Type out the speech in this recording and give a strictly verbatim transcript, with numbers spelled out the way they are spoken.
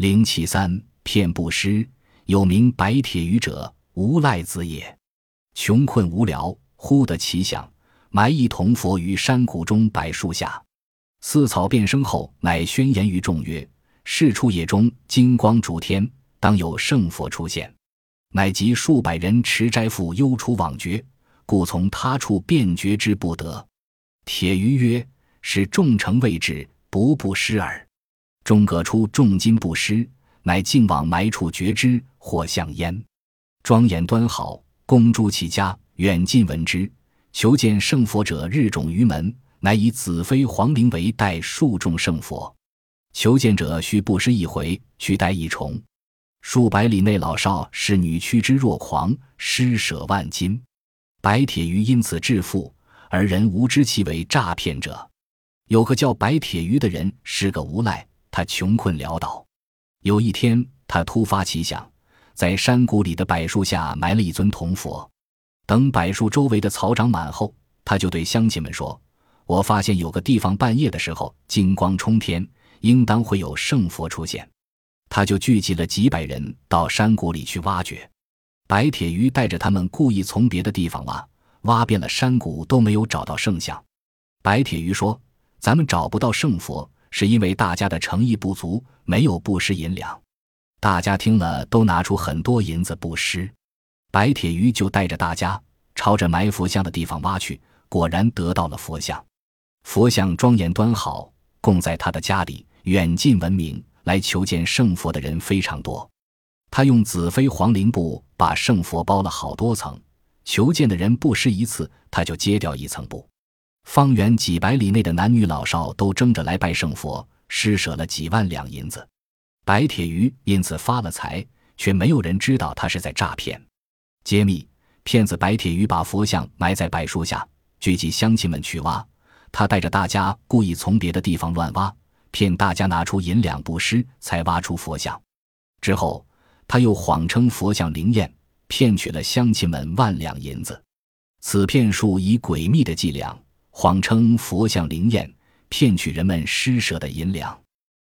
零七三骗布施，有名白铁鱼者，无赖子也。穷困无聊，忽得奇想，埋一铜佛于山谷中柏树下。四草变生后，乃宣言于众曰：事出野中，金光烛天，当有圣佛出现。乃集数百人持斋复忧出往绝，故从他处便觉之不得。铁鱼曰：是众诚未至，不布施耳。众各出重金布施，乃径往埋处觉之，或向焉。庄严端好，公诸其家，远近闻之。求见圣佛者日种于门，乃以紫飞黄绫为带数众圣佛。求见者须布施一回，须带一重。数百里内老少视女趋之若狂，施舍万金。白铁鱼因此致富，而人无知其为诈骗者。有个叫白铁鱼的人是个无赖，他穷困潦倒。有一天，他突发奇想，在山谷里的柏树下埋了一尊铜佛。等柏树周围的草长满后，他就对乡亲们说：我发现有个地方半夜的时候金光冲天，应当会有圣佛出现。他就聚集了几百人到山谷里去挖掘。白铁鱼带着他们故意从别的地方挖，挖遍了山谷都没有找到圣像。白铁鱼说：咱们找不到圣佛，是因为大家的诚意不足，没有布施银两。大家听了都拿出很多银子布施。白铁鱼就带着大家朝着埋佛像的地方挖去，果然得到了佛像。佛像庄严端好，供在他的家里，远近闻名，来求见圣佛的人非常多。他用紫飞黄绫布把圣佛包了好多层，求见的人布施一次，他就揭掉一层布。方圆几百里内的男女老少都争着来拜圣佛，施舍了几万两银子。白铁鱼因此发了财，却没有人知道他是在诈骗。揭秘：骗子白铁鱼把佛像埋在柏树下，聚集乡亲们去挖。他带着大家故意从别的地方乱挖，骗大家拿出银两布施，才挖出佛像。之后他又谎称佛像灵验，骗取了乡亲们万两银子。此骗术以诡秘的伎俩，谎称佛像灵验，骗取人们施舍的银两。